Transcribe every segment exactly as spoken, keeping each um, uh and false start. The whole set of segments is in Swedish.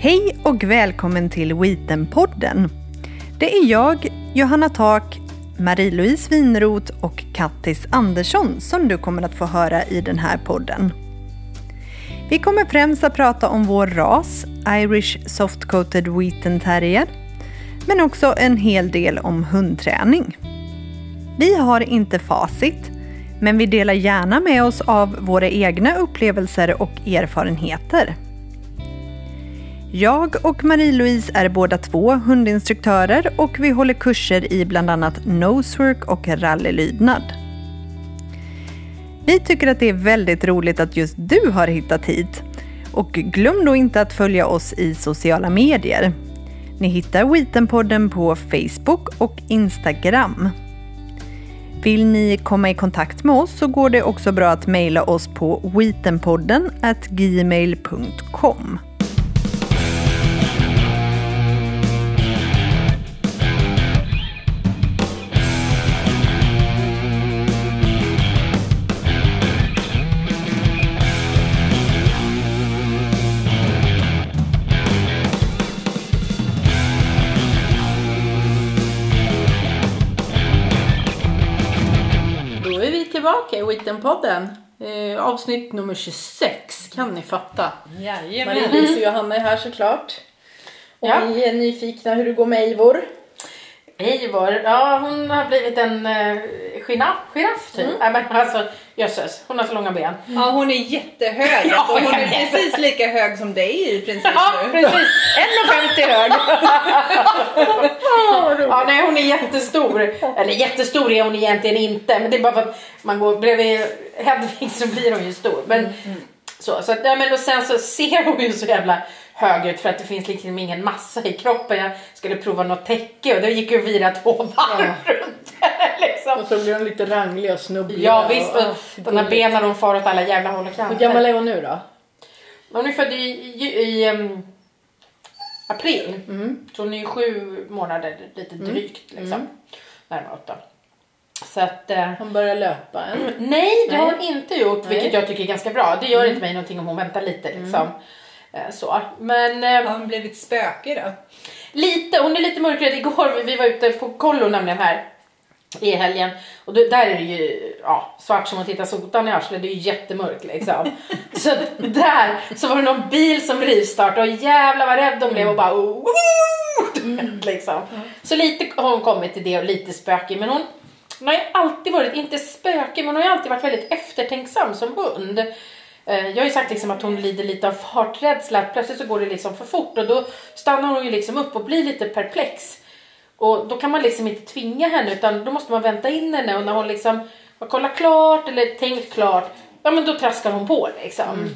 Hej och välkommen till Wheaten-podden. Det är jag, Johanna Tak, Marie-Louise Winroth och Kattis Andersson som du kommer att få höra i den här podden. Vi kommer främst att prata om vår ras, Irish Soft-Coated Wheaten Terrier, men också en hel del om hundträning. Vi har inte facit, men vi delar gärna med oss av våra egna upplevelser och erfarenheter. Jag och Marie-Louise är båda två hundinstruktörer och vi håller kurser i bland annat nosework och rallylydnad. Vi tycker att det är väldigt roligt att just du har hittat hit. Och glöm då inte att följa oss i sociala medier. Ni hittar Wheaten-podden på Facebook och Instagram. Vill ni komma i kontakt med oss så går det också bra att mejla oss på wheatenpodden at gmail punkt com. Tillbaka i Wheaten-podden. Eh, avsnitt nummer tjugosex kan ni fatta. Jajamän. Marie-Louise och Johanna är här såklart. Och ja. vi är nyfikna hur det går med Eivor. Eivor, ja hon har blivit en uh, giraff, giraff typ. Mm. Äh, men alltså, jösses, hon har så långa ben. Ja, hon är jättehög. Ja, alltså, hon är ja. precis lika hög som dig i princip. Ja, precis. en komma femtio hög. Ja, nej, hon är jättestor. Eller jättestor är hon egentligen inte. Men det är bara för att man går bredvid Hedvig så blir hon ju stor. Men, mm, mm. Så, så, ja, men och sen så ser hon ju så jävla hög ut för att det finns liksom ingen massa i kroppen. Jag skulle prova något täcke och det gick ju att vira två varv ja. runt liksom. Och så blir hon lite ranglig och snubblig. Ja visst, och, och de här benen de far åt alla jävla håll och kanter. Hur gammal är hon nu då? Hon är född i, i, i um, april. Mm. Så hon är ju sju månader lite drygt liksom. Mm. Närmare åtta. Så att, uh, hon börjar löpa än? Nej, det har hon inte gjort. Nej. Vilket jag tycker är ganska bra. Det gör mm. inte mig någonting om hon väntar lite liksom. Mm. Så. Men, har hon blivit spökig då? Lite, hon är lite mörkrädd. Igår vi var ute på kollo nämligen här i helgen. Och då, där är det ju ja, svart som att titta sotan i arslet. Det är ju jättemörkt liksom. Så där så var det någon bil som rivstartade. Och jävlar vad rädd de blev och bara oh, mm. liksom. Så lite har hon kommit till det och lite spökig. Men hon, hon har ju alltid varit, inte spökig, men hon har ju alltid varit väldigt eftertänksam som hund. Jag har ju sagt liksom att hon lider lite av farträdsla. Plötsligt så går det liksom för fort. Och då stannar hon ju liksom upp och blir lite perplex. Och då kan man liksom inte tvinga henne. Utan då måste man vänta in henne. Och när hon liksom har kollat klart eller tänkt klart. Ja men då traskar hon på liksom. Mm.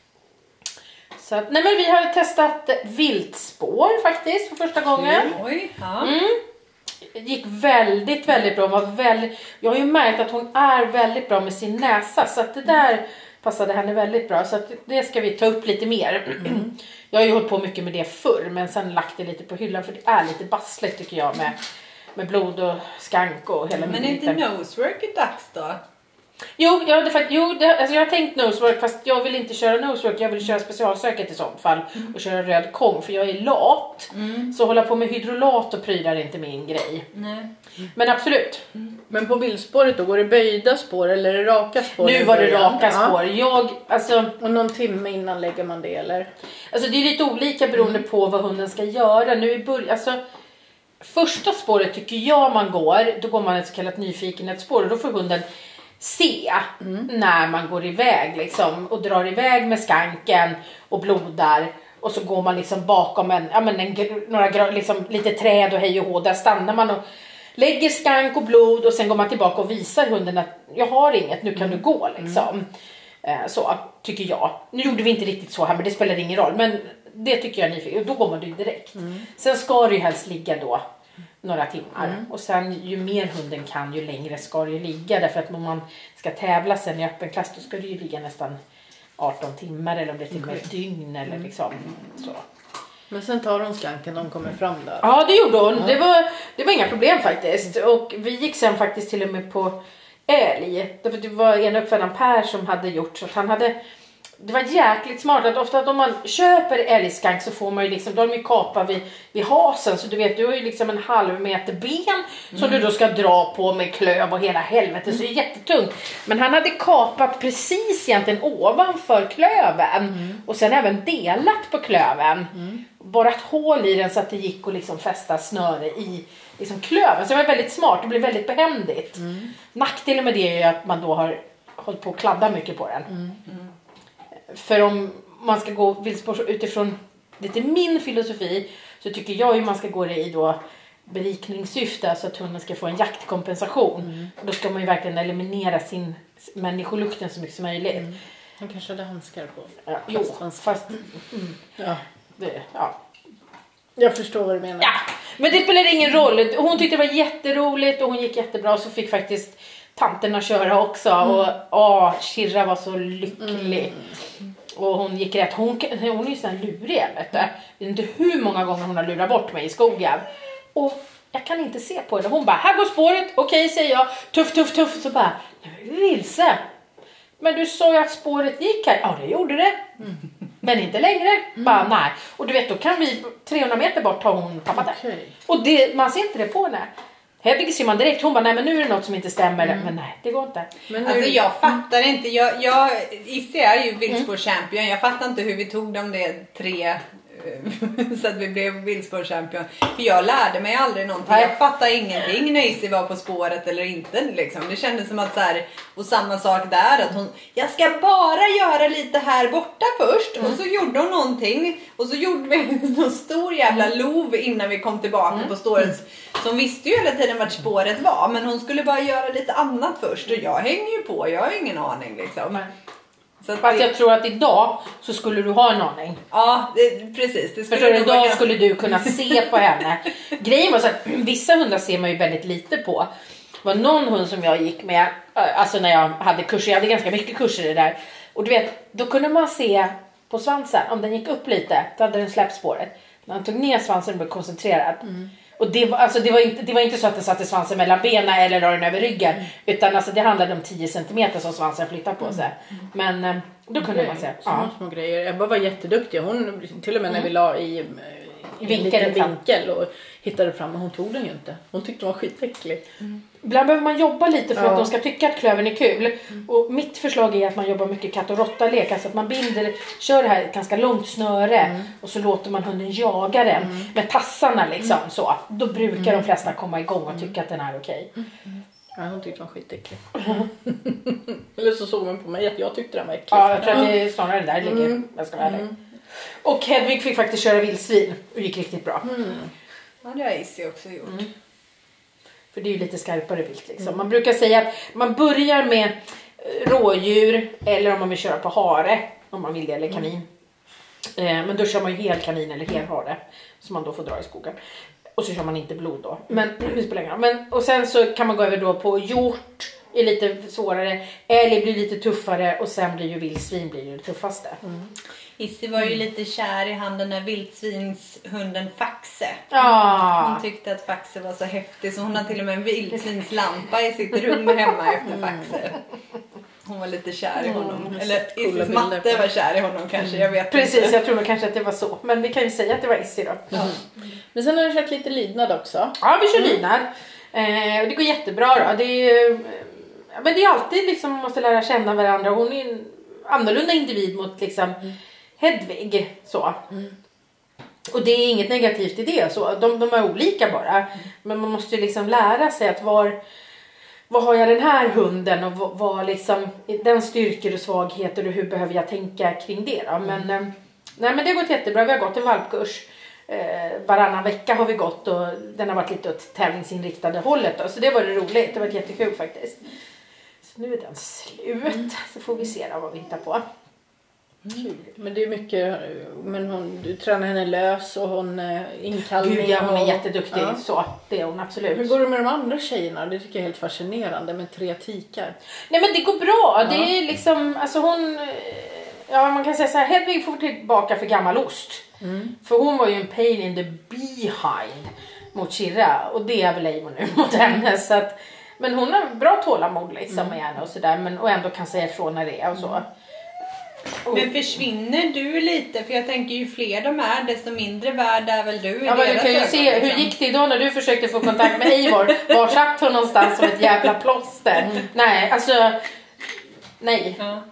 Så att, nej men vi har testat viltspår faktiskt för första gången. Oj, ja. Mm. Det gick väldigt, väldigt bra. Var väldigt, jag har ju märkt att hon är väldigt bra med sin näsa. Så att det där passade henne väldigt bra. Så att det ska vi ta upp lite mer. Mm. Jag har ju hållit på mycket med det förr. Men sen lagt det lite på hyllan. För det är lite bassligt tycker jag. Med, med blod och skank och hela. Men är inte nosework ett dags då? Jo, jag, det, jo det, alltså jag har tänkt nosework. Fast jag vill inte köra nosework. Jag vill köra specialsöket i sånt fall. Mm. Och köra röd kong. För jag är lat. Mm. Så hålla på med hydrolat och prylar är inte min grej. Nej. Men absolut. Mm. Men på viltspåret då, går det böjda spår eller är det raka spår? Nu var det raka spår. Jag, alltså, och någon timme innan lägger man det eller? Alltså det är lite olika beroende mm. på vad hunden ska göra. Nu i början, alltså, första spåret tycker jag man går, då går man ett så kallat nyfikenhetsspår. Och då får hunden se mm. när man går iväg liksom, och drar iväg med skanken och blodar. Och så går man liksom bakom en, ja, men en, några liksom, lite träd och hej och hå. Där stannar man och lägger skank och blod och sen går man tillbaka och visar hunden att jag har inget, nu kan mm. du gå liksom. Mm. Så tycker jag. Nu gjorde vi inte riktigt så här men det spelar ingen roll. Men det tycker jag är nyfiken. Och då går man ju direkt. Mm. Sen ska det ju helst ligga då några timmar. Mm. Och sen ju mer hunden kan ju längre ska det ju ligga. Därför att om man ska tävla sen i öppen klass då ska det ju ligga nästan arton timmar eller om det är till och med ett dygn eller liksom så. Men sen tar hon skanken när hon kommer fram där. Ja, det gjorde hon. Ja. Det, var, det var inga problem faktiskt. Och vi gick sen faktiskt till och med på älg. Därför det var en uppfödaren Per som hade gjort så att han hade det var jäkligt smart att ofta att om man köper älgskank så får man ju liksom, då har de ju kapat vid, vid hasen, så du vet, du har ju liksom en halv meter ben som mm. du då ska dra på med klöv och hela helvetet, mm. så det är jättetungt. Men han hade kapat precis egentligen ovanför klöven mm. och sen även delat på klöven. Mm. Bara ett hål i den så att det gick att liksom fästa snöre i liksom klöven. Så det var väldigt smart, det blev väldigt behändigt. Mm. Nackdelen med det är ju att man då har hållit på att kladda mycket på den. Mm. Mm. För om man ska gå viltsport utifrån lite min filosofi, så tycker jag ju man ska gå det i då berikningssyfte, så att hunden ska få en jaktkompensation. Mm. Och då ska man ju verkligen eliminera sin människolukten så mycket som möjligt. Mm. Han kanske hade handskar på. Ja, jo, fast... fast mm. ja. Det, ja. Jag förstår vad du menar. Ja, men det spelar ingen roll. Hon tyckte det var jätteroligt och hon gick jättebra, så fick faktiskt tanterna köra också. Mm. Och åh, Kirra var så lycklig. Mm. Och hon gick rätt. Hon, hon är ju sån lurig, vet du. Jag vet inte hur många gånger hon har lurat bort mig i skogen. Och jag kan inte se på det. Hon bara, här går spåret. Okej, säger jag. Tuff, tuff, tuff. Så bara, nu är vi vilse. Men du sa ju att spåret gick här. Ja, det gjorde det. Mm. Men inte längre. Mm. Bara, nej. Och du vet, då kan vi trehundra meter bort har hon tappat det. Okay. Och det, man ser inte det på henne. Hedvig ser man direkt. Hon bara, nej men nu är det något som inte stämmer. Mm. Men nej, det går inte. Men nu... Alltså jag fattar inte. Jag, jag, Issi är ju viltspårchampion. Jag fattar inte hur vi tog dem det tre... så att vi blev viltspårchampion. För jag lärde mig aldrig någonting. Jag fattade ingenting när Issi var på spåret eller inte liksom. Det kändes som att så här, och samma sak där, att hon, jag ska bara göra lite här borta först. Mm. Och så gjorde hon någonting. Och så gjorde vi en stor jävla lov innan vi kom tillbaka mm. på spåret. Så hon visste ju hela tiden vart spåret var. Men hon skulle bara göra lite annat först. Och jag hänger ju på, jag har ingen aning liksom. Mm. Så fast det... jag tror att idag så skulle du ha en aning. Ja, det, precis. Det skulle idag kunna... skulle du kunna se på henne. Grejen var så att vissa hundar ser man ju väldigt lite på. Det var någon hund som jag gick med, alltså när jag hade kurser, jag hade ganska mycket kurser i det där. Och du vet, då kunde man se på svansen, om den gick upp lite, då hade den släppt spåret. När han tog ner svansen och blev koncentrerad. Mm. Och det var, alltså det, var inte, det var inte så att den satte svansen mellan benen eller la den över ryggen. Mm. Utan alltså det handlade om tio centimeter som svansen flyttade på sig. Mm. Men då kunde man se. Ja. Små grejer. Ebba var jätteduktig. Hon, till och med när mm. vi la i, i vinkel, en vinkel och hittade fram. Men hon tog den ju inte. Hon tyckte den var skitäcklig. Mm. Ibland behöver man jobba lite för ja. att de ska tycka att klövern är kul. Mm. Och mitt förslag är att man jobbar mycket katt- och råtta-lek. Alltså att man binder, kör det här ett ganska långt snöre. Mm. Och så låter man hunden jaga den mm. med tassarna liksom. Mm. Så. Då brukar mm. de flesta komma igång och tycka att den är okej. Mm. Ja, hon tyckte den var skitäcklig. Mm. Eller så såg man på mig att jag tyckte den var äcklig. Ja, jag tror att det är snarare det där ligger. Mm. Jag ska vara mm. Och Hedvig fick faktiskt köra vildsvin. Och gick riktigt bra. Mm. Ja, det har Issi också gjort. Mm. För det är ju lite skarpare vilt liksom. Mm. Man brukar säga att man börjar med rådjur. Eller om man vill köra på hare. Om man vill det, eller kanin. Mm. Eh, men då kör man ju hel kanin eller hel hare. Som man då får dra i skogen. Och så kör man inte blod då. Men det spelar ingen roll. Men och sen så kan man gå över då på hjort. Är lite svårare. Älg blir lite tuffare. Och sen blir ju vildsvin blir ju det tuffaste. Mm. Issi var ju lite kär i handen när vildsvinshunden Faxe. Ah. Hon tyckte att Faxe var så häftig så hon har till och med en vildsvinslampa i sitt rum hemma efter Faxe. Hon var lite kär i honom. Mm. Eller Issis matte var kär i honom kanske, jag vet Precis, inte. Jag tror nog kanske att det var så. Men vi kan ju säga att det var Issi då. Ja. Men sen har du kört lite lydnad också. Ja, vi kör mm. lydnad. Eh, och det går jättebra då. Det är, men det är alltid liksom, man måste lära känna varandra. Hon är en annorlunda individ mot liksom mm. Hedvig. Så. Mm. Och det är inget negativt i det. Så. De, de är olika bara. Mm. Men man måste ju liksom lära sig att var... Vad har jag den här hunden och vad, vad liksom den styrkor och svagheter och hur behöver jag tänka kring det då? Men, mm. nej, men det har gått jättebra. Vi har gått en valpkurs. Eh, varannan vecka har vi gått och den har varit lite åt tävlingsinriktade hållet då. Så det var det roligt. Det var jättekul faktiskt. Så nu är den slut. Mm. Så får vi se då vad vi hittar på. Mm. Men det är mycket, men hon, du tränar henne lös och hon är inkallning. Gud, ja, hon är jätteduktig, ja. Så det är hon absolut. Hur går det med de andra tjejerna? Det tycker jag är helt fascinerande med tre tikar. Nej, men det går bra, ja. Det är liksom, alltså hon, ja man kan säga så här, Hedvig får tillbaka för gammal ost. Mm. För hon var ju en pain in the behind mot Kirra och det är väl Eivor nu mot henne så att, men hon har bra tålamod liksom mm. med henne och sådär, men och ändå kan säga ifrån när det är och så. Mm. Men försvinner du lite? För jag tänker ju fler de är, desto mindre värd är väl du i ja, men du kan ju ögon, se, liksom. hur gick det då när du försökte få kontakt med Eivor? Var satt hon någonstans som ett jävla plåster? Mm. Nej, alltså... Nej. Ja.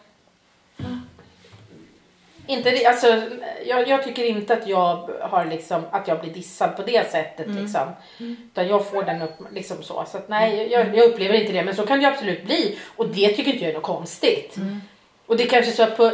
Inte, alltså, jag, jag tycker inte att jag har liksom, att jag blir dissad på det sättet Mm. liksom. Mm. Utan jag får den upp liksom så. Så att, nej, jag, jag upplever inte det. Men så kan det absolut bli. Och det tycker inte jag är något konstigt. Mm. Och det är kanske så att på,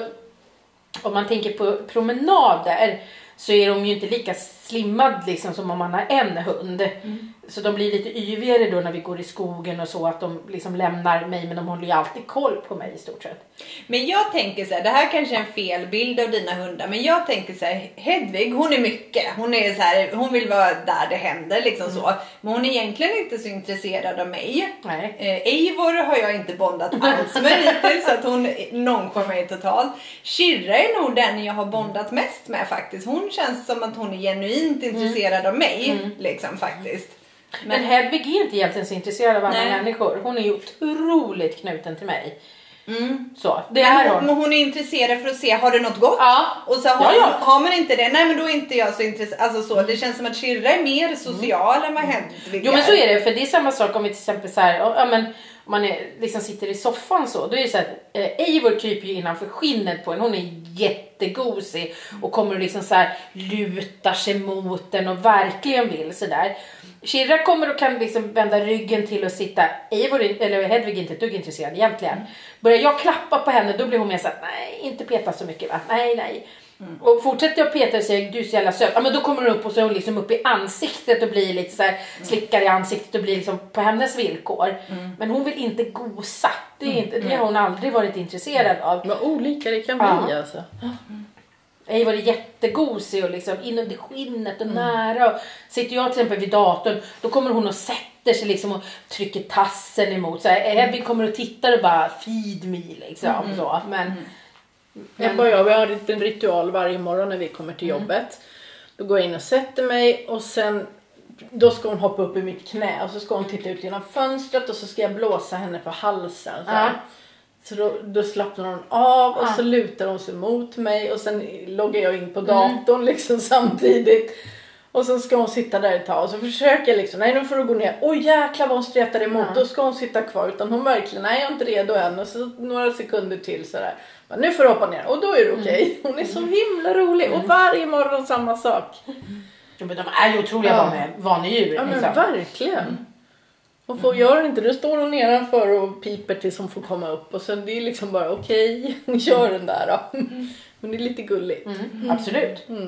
om man tänker på promenader så är de ju inte lika slimmad liksom som om man har en hund. Mm. Så de blir lite yvigare då när vi går i skogen och så, att de liksom lämnar mig, men de håller ju alltid koll på mig i stort sett. Men jag tänker så här, det här kanske är en fel bild av dina hundar, men jag tänker så här, Hedvig, hon är mycket, hon är så här, hon vill vara där det händer liksom mm. så, men hon är egentligen inte så intresserad av mig. Nej. Eh, Eivor har jag inte bondat alls med hittills, så att hon nonchar mig totalt. Shirra är nog den jag har bondat mest med faktiskt. Hon känns som att hon är genuint intresserad mm. av mig mm. liksom faktiskt. Men, men Hedvig är inte egentligen så intresserad av andra Nej. människor. Hon är ju otroligt knuten till mig. Mm. Så, det men är hon. Men hon är intresserad för att se, har det något gott? Ja. Och så har, ja, ja. har man inte det, nej men då är inte jag så intresserad. Alltså så, det känns som att Shirra är mer social mm. än vad Hedvig är. Jo men så är det, för det är samma sak om vi till exempel så här, ja men om man är, liksom sitter i soffan så, då är det så att eh, Eivor kryper ju innanför skinnet på en. Hon är jättegosig och kommer liksom så här lutar sig mot den och verkligen vill så där. Shirra kommer och kan liksom vända ryggen till och sitta. Eivor, eller Hedvig är inte ett dugg intresserad egentligen. Börjar jag klappa på henne, då blir hon mer så att nej, inte peta så mycket va? Nej, nej. Mm. Och fortsätter jag peta och säger du är så jävla söt, ja men då kommer hon upp och så är hon liksom upp i ansiktet och blir lite så här, mm. slickar i ansiktet och blir liksom på hennes villkor. Mm. Men hon vill inte gosa. Det, är inte, det har hon aldrig varit intresserad av. Vad olika det kan ja. bli alltså. Mm. Eivor är jättegosig och liksom in under skinnet och mm. nära. Och sitter jag till exempel vid datorn, då kommer hon och sätter sig liksom och trycker tassen emot. Så här, Hedvig kommer och tittar och bara feed me liksom. Mm. Så. Men, mm. men... Ebba och jag, vi har en ritual varje morgon när vi kommer till mm. jobbet. Då går jag in och sätter mig och sen då ska hon hoppa upp i mitt knä och så ska hon titta ut genom fönstret och så ska jag blåsa henne på halsen. Så här. Mm. Så då, då slappnar hon av och ah. så lutar hon sig mot mig och sen loggar jag in på datorn mm. liksom samtidigt. Och så ska hon sitta där ett tag och så försöker jag liksom, nej nu får du gå ner. Oj jäklar vad hon stretar emot, ah. då ska hon sitta kvar. Utan hon verkligen, nej jag är inte redo än. Och så några sekunder till sådär. Men nu får du hoppa ner och då är det okej. Okay. Hon är så himla rolig och varje morgon samma sak. Ja, men de är ju otroliga ja. vanedjur. Ja men liksom. verkligen. Mm. Och får mm. gör inte det, står hon nedanför och piper tills hon får komma upp. Och sen det är liksom bara okej, okay, gör den där då. Mm. Men det är lite gulligt. Mm. Mm. Absolut. Mm.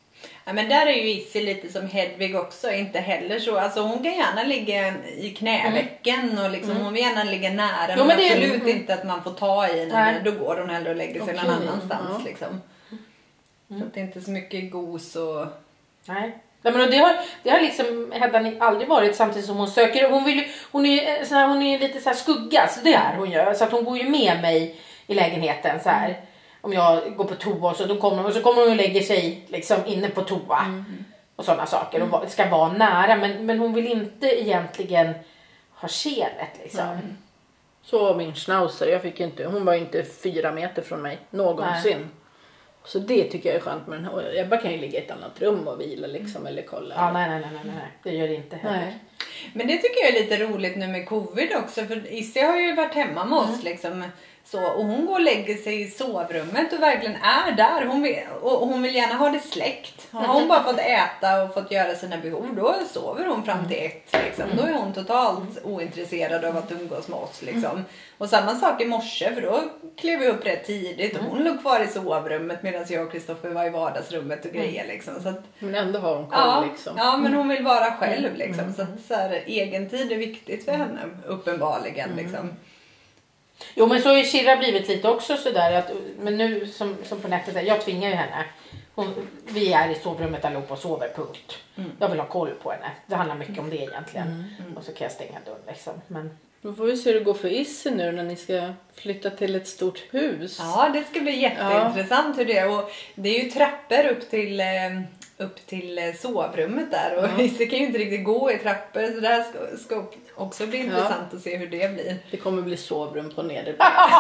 Ja men där är ju Issy lite som Hedvig också, inte heller så. Alltså hon kan gärna ligga i knävecken mm. och liksom mm. hon vill gärna ligga nära. Jo, men det absolut mm. inte att man får ta i henne. Då går hon hellre och lägger sig okay. någon annanstans mm. liksom. Mm. Så att det är inte så mycket gos och... Nej. Nej, men det har det har liksom Hedda aldrig varit, samtidigt som hon söker, hon vill hon är så här, hon är lite så här skugga, så det är hon gör, så att hon går ju med mig i lägenheten så här. Om jag går på toa så då kommer hon och så kommer hon och lägger sig liksom inne på toa mm. och sådana saker och mm. ska vara nära, men men hon vill inte egentligen ha skelet liksom. Mm. Så min schnauzer, jag fick inte, hon var inte fyra meter från mig någonsin. Nej. Så det tycker jag är skönt, men Ebba kan ju ligga i ett annat rum och vila liksom, eller kolla. Ja, nej, nej, nej, nej, nej. Det gör det inte heller. Nej. Men det tycker jag är lite roligt nu med covid också, för Issy har ju varit hemma med oss mm. liksom. Så, och hon går och lägger sig i sovrummet och verkligen är där. Hon vill, och hon vill gärna ha det släckt. Har hon bara fått äta och fått göra sina behov, då sover hon fram till ett. Liksom. Då är hon totalt ointresserad av att umgås med oss. Liksom. Och samma sak i morse, för då klev vi upp rätt tidigt. Och hon låg kvar i sovrummet medan jag och Kristoffer var i vardagsrummet och grejer. Liksom. Så att, men ändå har hon koll ja, liksom. Ja, men hon vill vara själv. Liksom. Så att så här, egen tid är viktigt för henne, uppenbarligen. Liksom. Jo, men så har ju Shirra blivit lite också sådär att, men nu som, som på nätet, jag tvingar ju henne. Hon, vi är i sovrummet allihopa och sover, punkt. Mm. Jag vill ha koll på henne. Det handlar mycket om det egentligen. Mm. Mm. Och så kan jag stänga dörren liksom. Men... Då får vi se hur det går för Issy nu när ni ska flytta till ett stort hus. Ja, det ska bli jätteintressant ja. hur det är. Och det är ju trappor upp till eh, upp till sovrummet där. Och Isse kan ju inte riktigt gå i trappor. Så det här ska, ska också bli intressant ja. att se hur det blir. Det kommer bli sovrum på nedre.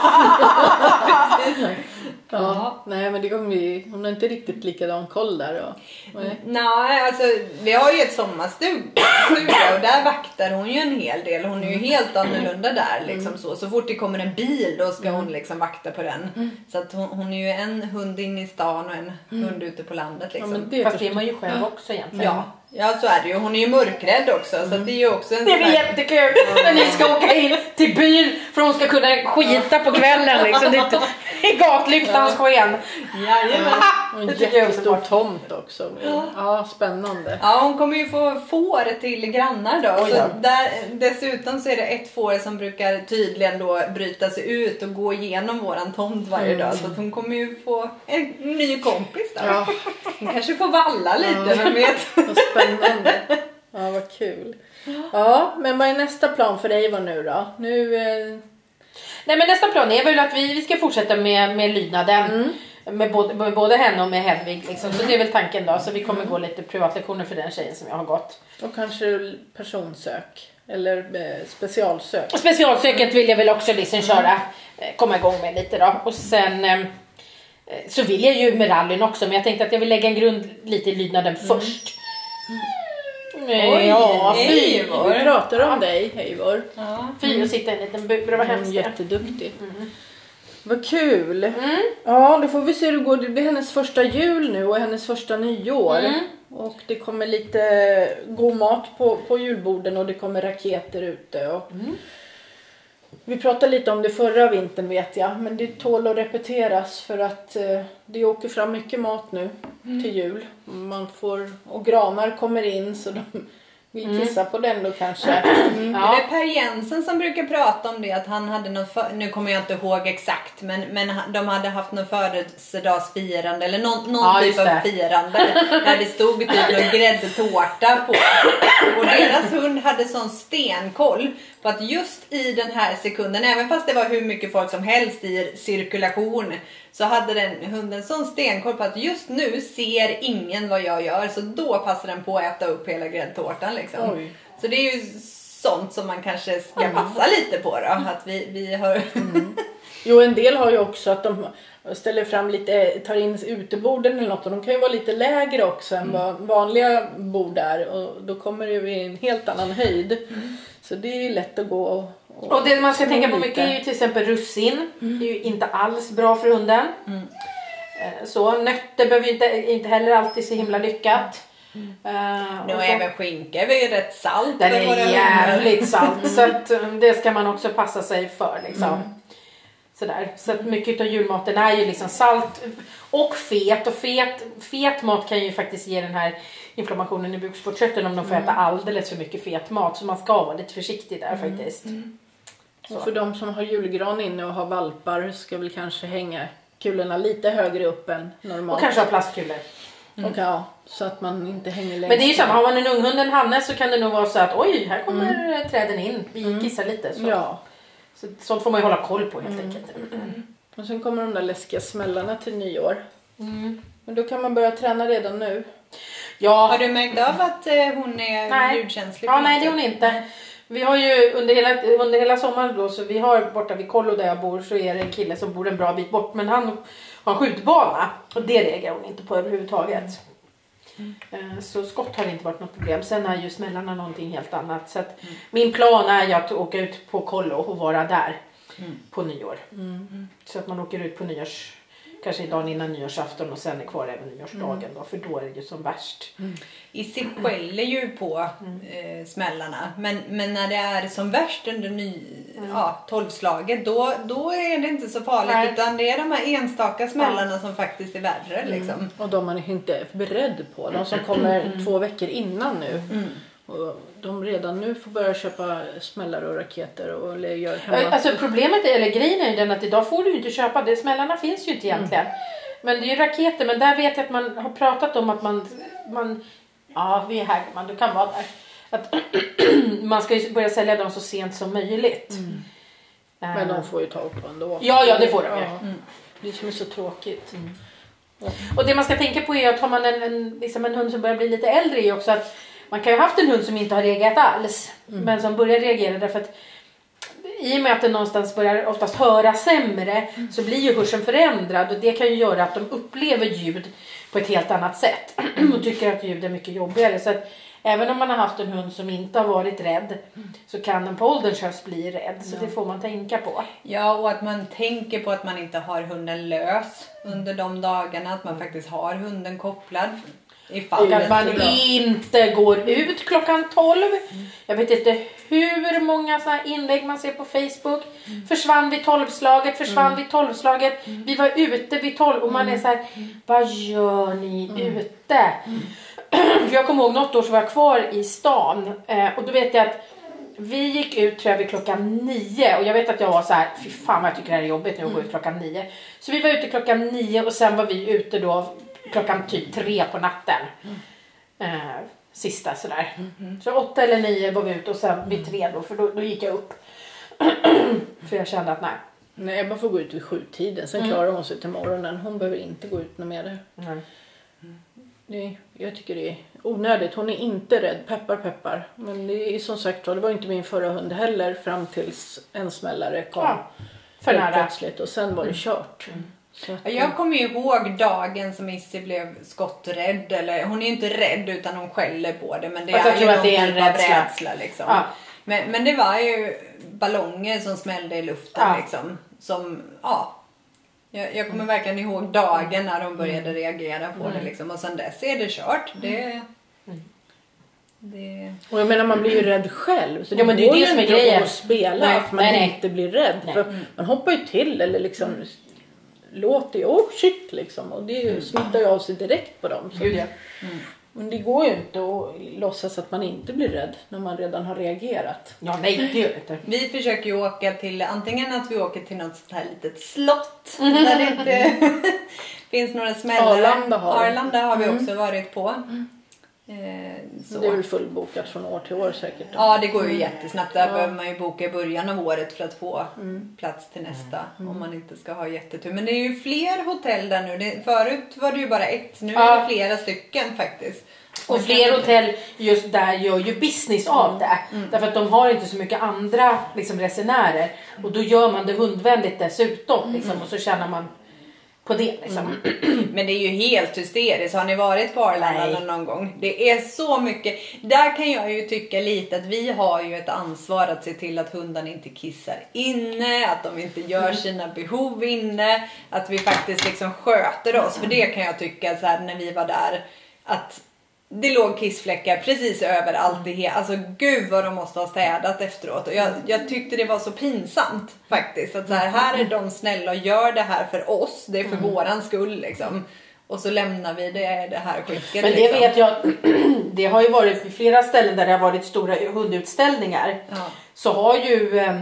Precis. Ja. Ja. Nej, men det kommer bli... Hon har inte riktigt likadan koll där. Och, nej. nej, alltså vi har ju ett sommarstuga och där vaktar hon ju en hel del. Hon är ju helt annorlunda där. Liksom, mm. så. så fort det kommer en bil då ska hon liksom vakta på den. Mm. Så att hon, hon är ju en hund inne i stan och en mm. hund ute på landet. Liksom. Ja, men det Fast det är man ju själv också egentligen. Ja. Ja, så är det ju. Hon är ju mörkrädd också. Mm. Så det är ju också en... Det är jättekul när ni ska åka in till byn för hon ska kunna skita på kvällen. Liksom. Det är gatlyktans ja. sken. Jajamän. Och en jättestor tomt också. Ja. ja, spännande. Ja, hon kommer ju få får till grannar då. Oh, ja. Så där, dessutom så är det ett får som brukar tydligen då bryta sig ut och gå igenom våran tomt varje mm. dag. Så att hon kommer ju få en ny kompis där. Ja. Hon kanske får valla lite, ja. vem vet. Vad spännande. Ja, vad kul. Ja, men vad är nästa plan för dig nu då? Nu... Eh... Nej, men nästa plan är väl att vi, vi ska fortsätta med, med lydnaden. Mm. Med både, med både henne och med Hedvig liksom. Så det är väl tanken då. Så vi kommer gå lite privatlektioner för den tjejen som jag har gått. Och kanske personsök. Eller eh, specialsök. Och specialsöket vill jag väl också liksom köra. Eh, komma igång med lite då. Och sen eh, så vill jag ju med rallyn också. Men jag tänkte att jag vill lägga en grund lite i lydnaden mm. först. Mm. Oj, ja, Eivor. Vi pratar om ja. dig, Eivor. Ja. Fy att sitta i en liten bur. Det var hemskt. Mm, jätteduktig. Mm. Vad kul. Mm. Ja, då får vi se hur det går. Det blir hennes första jul nu och hennes första nyår. Mm. Och det kommer lite god mat på, på julborden och det kommer raketer ute. Och mm. Vi pratade lite om det förra vintern vet jag. Men det tål att repeteras för att eh, det åker fram mycket mat nu mm. till jul. Man får, och granar kommer in så de vill kissa mm. på den då kanske. Mm. Ja. Det är Per Jensen som brukar prata om det. Att han hade någon för, nu kommer jag inte ihåg exakt. Men, men de hade haft någon födelsedagsfirande. Eller någon, någon ja, typ av firande. Där det stod typ någon gräddtårta på. Och deras hund hade sån stenkoll. På att just i den här sekunden. Även fast det var hur mycket folk som helst i cirkulation. Så hade den hunden sån stenkoll på att just nu ser ingen vad jag gör. Så då passar den på att äta upp hela gräddtårtan liksom. Oj. Så det är ju sånt som man kanske ska passa lite på då. Att vi, vi har... Mm. Jo, en del har ju också att de ställer fram lite, tar in uteborden eller något. Och de kan ju vara lite lägre också mm. än vad vanliga bord är. Och då kommer det ju i en helt annan höjd. Mm. Så det är ju lätt att gå och... Och, och det man ska tänka på mycket är ju till exempel russin. Mm. Det är ju inte alls bra för hunden. Mm. Så nötter behöver ju inte, inte heller alltid så himla lyckat. Mm. Uh, nu och även skinka är ju rätt salt. Den är jävligt salt. Så att det ska man också passa sig för liksom. Mm. Sådär. Så att mycket av julmaten är ju liksom salt och fet. Och fet, fet mat kan ju faktiskt ge den här inflammationen i bukspottkörteln om de får mm. äta alldeles för mycket fet mat. Så man ska vara lite försiktig där mm. faktiskt. Mm. Och för de som har julgran inne och har valpar ska väl kanske hänga kulorna lite högre upp än normalt. Och kanske ha plastkulor. Mm. Och ja, så att man inte hänger längst. Men det är ju samma, har man en unghund, en hanne, så kan det nog vara så att oj, här kommer mm. träden in. Vi mm. kissar lite. Så. Ja. Så, sånt får man ju hålla koll på helt mm. enkelt. Mm. Och sen kommer de där läskiga smällarna till nyår. Mm. Men då kan man börja träna redan nu. Ja. Har du märkt av att eh, hon är nej. ljudkänslig? Ja, nej det är hon inte. Vi har ju under hela, under hela sommaren då, så vi har borta vid Kollo där jag bor, så är det en kille som bor en bra bit bort. Men han har en skjutbana och det reagerar hon inte på överhuvudtaget. Mm. Så skott har inte varit något problem. Sen är ju smällarna någonting helt annat. Så att mm. min plan är ju att åka ut på Kollo och vara där mm. på nyår. Mm. Så att man åker ut på nyårs, kanske dagen innan nyårsafton och sen är kvar även nyårsdagen mm. då, för då är det ju som värst. Mm. I sig skäller ju på mm. eh, smällarna, men, men när det är som värst under ny, mm. ja, tolvslaget, då, då är det inte så farligt. Nej. Utan det är de här enstaka smällarna ja. som faktiskt är värre. Mm. Liksom. Och de man är inte beredd på, de som kommer mm. två veckor innan nu. Mm. Och de redan nu får börja köpa smällar och raketer och gör hemma. Alltså problemet är, eller grejen är ju den att idag får du inte köpa det. Smällarna finns ju inte egentligen. Mm. Men det är ju raketer, men där vet jag att man har pratat om att man, man ja vi är här, man, du kan vara där. Att man ska ju börja sälja dem så sent som möjligt. Mm. Men de får ju tag på ändå. Ja, ja det får de ju. Ja. Mm. Det som är så tråkigt. Mm. Och det man ska tänka på är att har man en, en, liksom en hund som börjar bli lite äldre är också att man kan ju ha haft en hund som inte har reagerat alls. Mm. Men som börjar reagera därför att i och med att den någonstans börjar oftast höra sämre mm. så blir ju hörseln förändrad. Och det kan ju göra att de upplever ljud på ett helt annat sätt. Mm. Och tycker att ljud är mycket jobbigare. Så att även om man har haft en hund som inte har varit rädd mm. så kan den på ålderns höst bli rädd. Så ja. Det får man tänka på. Ja, och att man tänker på att man inte har hunden lös under de dagarna. Att man faktiskt har hunden kopplad. Och att man inte går ut klockan tolv. Mm. Jag vet inte hur många såna här inlägg man ser på Facebook. Mm. Försvann vid tolvslaget, försvann mm. vid tolvslaget. Mm. Vi var ute vid tolv och man är så här, mm. vad gör ni mm. ute? Mm. För jag kommer ihåg något år så var jag kvar i stan. Eh, och då vet jag att vi gick ut tror jag vid klockan nio. Och jag vet att jag var så här, fy fan vad jag tycker det här är jobbigt nu att mm. gå ut klockan nio. Så vi var ute klockan nio och sen var vi ute då klockan typ tre på natten. Mm. Eh, sista sådär. Mm. Så åtta eller nio var vi ute och sen vid tre då. För då, då gick jag upp. För jag kände att nej. Nej, Ebba får gå ut vid sjutiden. Sen mm. klarar hon sig till morgonen. Hon behöver inte gå ut något mer. Mm. Det, jag tycker det är onödigt. Hon är inte rädd. Peppar, peppar. Men det är som sagt, det var inte min förra hund heller. Fram tills en smällare kom. Ja, för nära. Plötsligt. Och sen var det kört. Mm. Att, jag kommer ju ihåg dagen som Issy blev skotträdd. Eller, hon är ju inte rädd utan hon skäller på det. Men det jag är ju att det är en rädsla. rädsla liksom. Ja. men, men det var ju ballonger som smällde i luften. Ja. Liksom, som, ja. Jag, jag kommer verkligen ihåg dagen när hon började mm. reagera på mm. det. Liksom. Och sen dess är det kört. Det... Mm. Det... Och jag menar man blir ju rädd själv. Så det, ja, men det är det som är grejen. Att spela nej, att man nej, nej. inte blir rädd. För mm. man hoppar ju till eller liksom... Mm. Låter ju, oh shit liksom. Och det mm. smittar ju av sig direkt på dem. Så. Mm. Men det går ju inte att låtsas att man inte blir rädd när man redan har reagerat. Ja, nej, det gör inte. Vi försöker ju åka till, antingen att vi åker till något sånt här litet slott. Mm. Där det inte finns några smällar. Arlanda har, Arlanda har vi också mm. varit på. Mm. Eh, så. Det är väl fullbokat från år till år säkert. Då. Ja, det går ju jättesnabbt. Där ja. behöver man ju boka i början av året för att få mm. plats till nästa. Mm. Om man inte ska ha jättetur. Men det är ju fler hotell där nu. Det, förut var det ju bara ett. Nu ja. är det flera stycken faktiskt. Och fler hotell just där gör ju business av mm. det. Mm. Därför att de har inte så mycket andra liksom, resenärer. Och då gör man det hundvänligt dessutom. Liksom, mm. och så känner man på det liksom. Mm. Men det är ju helt hysteriskt. Har ni varit på Arlanda någon gång? Det är så mycket. Där kan jag ju tycka lite att vi har ju ett ansvar att se till att hundarna inte kissar inne. Att de inte gör sina behov inne. Att vi faktiskt liksom sköter oss. För det kan jag tycka så här när vi var där. Att det låg kissfläckar precis överallt i hela. Alltså gud vad de måste ha städat efteråt. Och jag, jag tyckte det var så pinsamt faktiskt. Att så här, här är de snälla och gör det här för oss. Det är för mm. våran skull liksom. Och så lämnar vi det, det här skicket. Men det liksom. vet jag. Det har ju varit vid flera ställen där det har varit stora hundutställningar. Ja. Så har ju eh,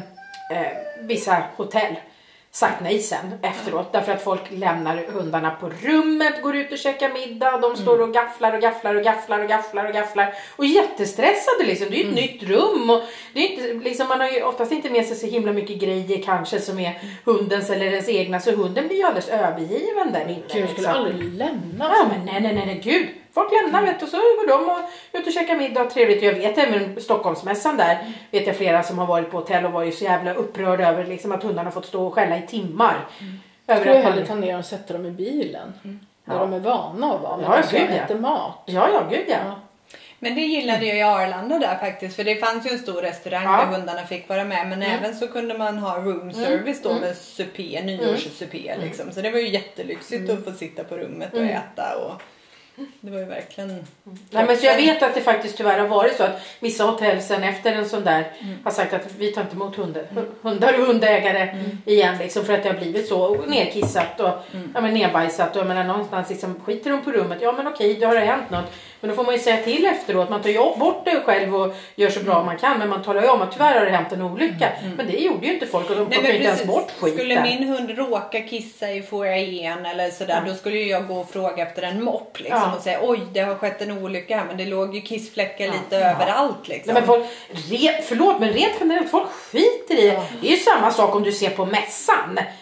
vissa hotell sagt nej sen efteråt. Mm. Därför att folk lämnar hundarna på rummet, går ut och käkar middag. De står och gafflar och gafflar och gafflar och gafflar och gafflar. Och jättestressade liksom. Det är ju ett mm. nytt rum. Och det är inte, liksom, man har ju oftast inte med sig så himla mycket grejer kanske som är hundens eller ens egna. Så hunden blir ju alldeles övergiven där inne. Jag skulle aldrig lämna. Ja men nej nej nej, nej gud. Folk lämnar vet du, så går de och ut och käkar middag och trevligt. Jag vet även Stockholmsmässan där mm. vet jag flera som har varit på hotell och varit så jävla upprörda över liksom, att hundarna fått stå och skälla i timmar. Mm. Över ska jag hellre ta ner och sätta dem i bilen. Mm. Där ja. de är vana att vara. Men ja, de ska äta mat. Ja, ja, gud ja. ja. Men det gillade jag i Arlanda där faktiskt. För det fanns ju en stor restaurang ja. där hundarna fick vara med. Men mm. även så kunde man ha room service mm. då med supé, nyårssupé mm. liksom. Så det var ju jättelyxigt mm. att få sitta på rummet och mm. äta och... Det var ju verkligen... Nej, men så jag vet att det faktiskt tyvärr har varit så att vissa hotell sen efter en sån där mm. har sagt att vi tar inte emot hundar, hundar och hundägare mm. igen liksom, för att det har blivit så nedkissat och mm. ja, men nedbajsat och jag menar, någonstans liksom, skiter de på rummet, ja men okej, det har det hänt något. Men då får man ju säga till efteråt. Man tar ju bort det själv och gör så bra mm. man kan. Men man talar ju om att tyvärr har det hänt en olycka. Mm. Men det gjorde ju inte folk och de plockade ju inte ens bort skiten. Skulle min hund råka kissa i foajén eller sådär. Mm. Då skulle ju jag gå och fråga efter en mopp liksom, ja. och säga oj det har skett en olycka här. Men det låg ju kissfläckar ja. lite ja. överallt liksom. Nej, men folk, re, förlåt men rent generellt folk skiter i. Ja. Det är ju samma sak om du ser på mässan.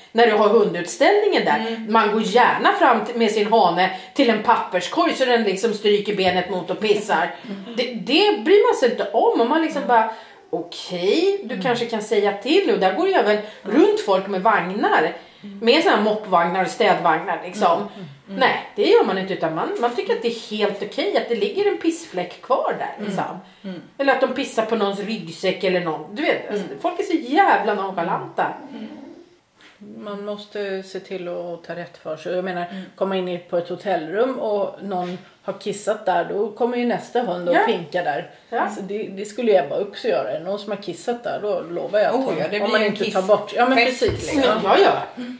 när du har hundutställningen där. Mm. Man går gärna fram med sin hane till en papperskorg så den liksom stryker benet mot och pissar. Mm. Det, det bryr man sig inte om. Och man liksom bara, okej, okay, du mm. kanske kan säga till. Och där går ju även mm. runt folk med vagnar. Mm. Med sådana moppvagnar och städvagnar liksom. Mm. Mm. Mm. Nej, det gör man inte, utan man, man tycker att det är helt okej att det ligger en pissfläck kvar där liksom. Mm. Mm. Eller att de pissar på någons ryggsäck eller någon. Du vet, mm. folk är så jävla nonchalanta. Mm. Man måste se till att ta rätt för sig. Jag menar, mm. komma in på ett hotellrum och någon har kissat där, då kommer ju nästa hund och ja. pinka där. Ja. Så det, det skulle jag bara också göra. Någon som har kissat där, då lovar jag att oh, ja, det om man inte kiss- tar bort. Ja, men precis. Liksom. Ja, ja. Mm.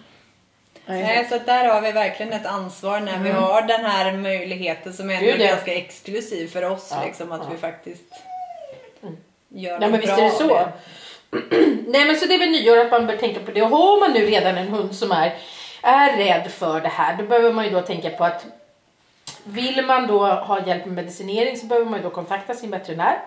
Nej, så där har vi verkligen ett ansvar när mm. vi har den här möjligheten som är ändå ganska exklusiv för oss. Ja. Liksom, att ja. vi faktiskt mm. gör ja, men visst är det så. Det. Nej, men så det är väl nyår att man bör tänka på det. Och har man nu redan en hund som är, är rädd för det här, då behöver man ju då tänka på att vill man då ha hjälp med medicinering så behöver man ju då kontakta sin veterinär.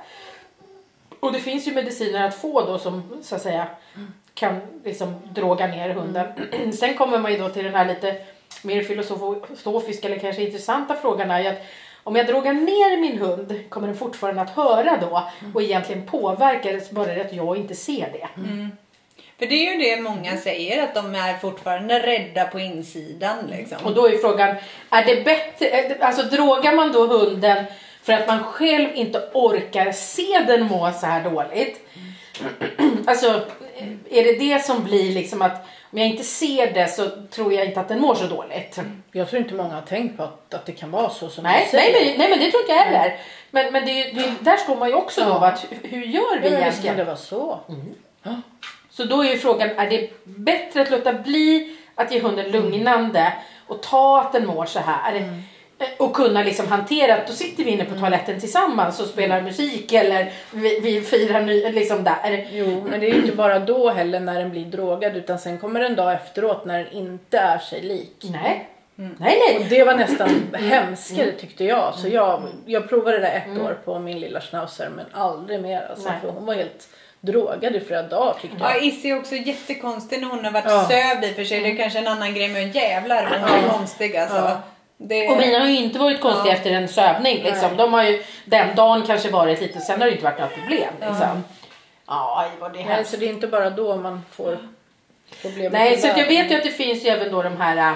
Och det finns ju mediciner att få då som så att säga kan liksom droga ner hunden. Mm. Sen kommer man ju då till den här lite mer filosofiska eller kanske intressanta frågan är att om jag drogar ner min hund kommer den fortfarande att höra då mm. och egentligen påverkar det bara det att jag inte ser det. Mm. För det är ju det många säger, att de är fortfarande rädda på insidan liksom. Och då är frågan, är det bättre, alltså drogar man då hunden för att man själv inte orkar se den må så här dåligt? Mm. Alltså är det det som blir liksom att om jag inte ser det så tror jag inte att den mår så dåligt. Mm. Jag tror inte många har tänkt på att, att det kan vara så som nej, du säger. Nej, men, nej men det tror inte jag heller. Men, men det, det, där står man ju också ja. då att hur gör vi ja, egentligen? Kan det vara så? Mm. Ja. Så då är ju frågan, är det bättre att låta bli att ge hunden lugnande och ta att den mår så här? Mm. Och kunna liksom hantera att då sitter vi inne på toaletten tillsammans och spelar musik eller vi, vi firar ny, liksom där. Jo, men det är ju inte bara då heller när den blir drogad, utan sen kommer en dag efteråt när den inte är sig lik. Nej. Mm. Nej, nej. Och det var nästan hemskare tyckte jag. Så jag, jag provade det ett mm. år på min lilla schnauzer, men aldrig mer. Alltså, för hon var helt drogad i flera dagar tyckte jag. Ja, Issy är också jättekonstig när hon har varit ja. söb i för sig. Det är kanske en annan grej med en jävlar, men hon är konstig alltså. Ja. Det... Och mina har ju inte varit konstiga ja. efter en sövning liksom. De har ju den dagen kanske varit lite, sen har det inte varit något problem liksom. Ja, aj, vad det är Nej, så det är inte bara då man får problem. Nej, så jag vet ju att det finns ju även då de här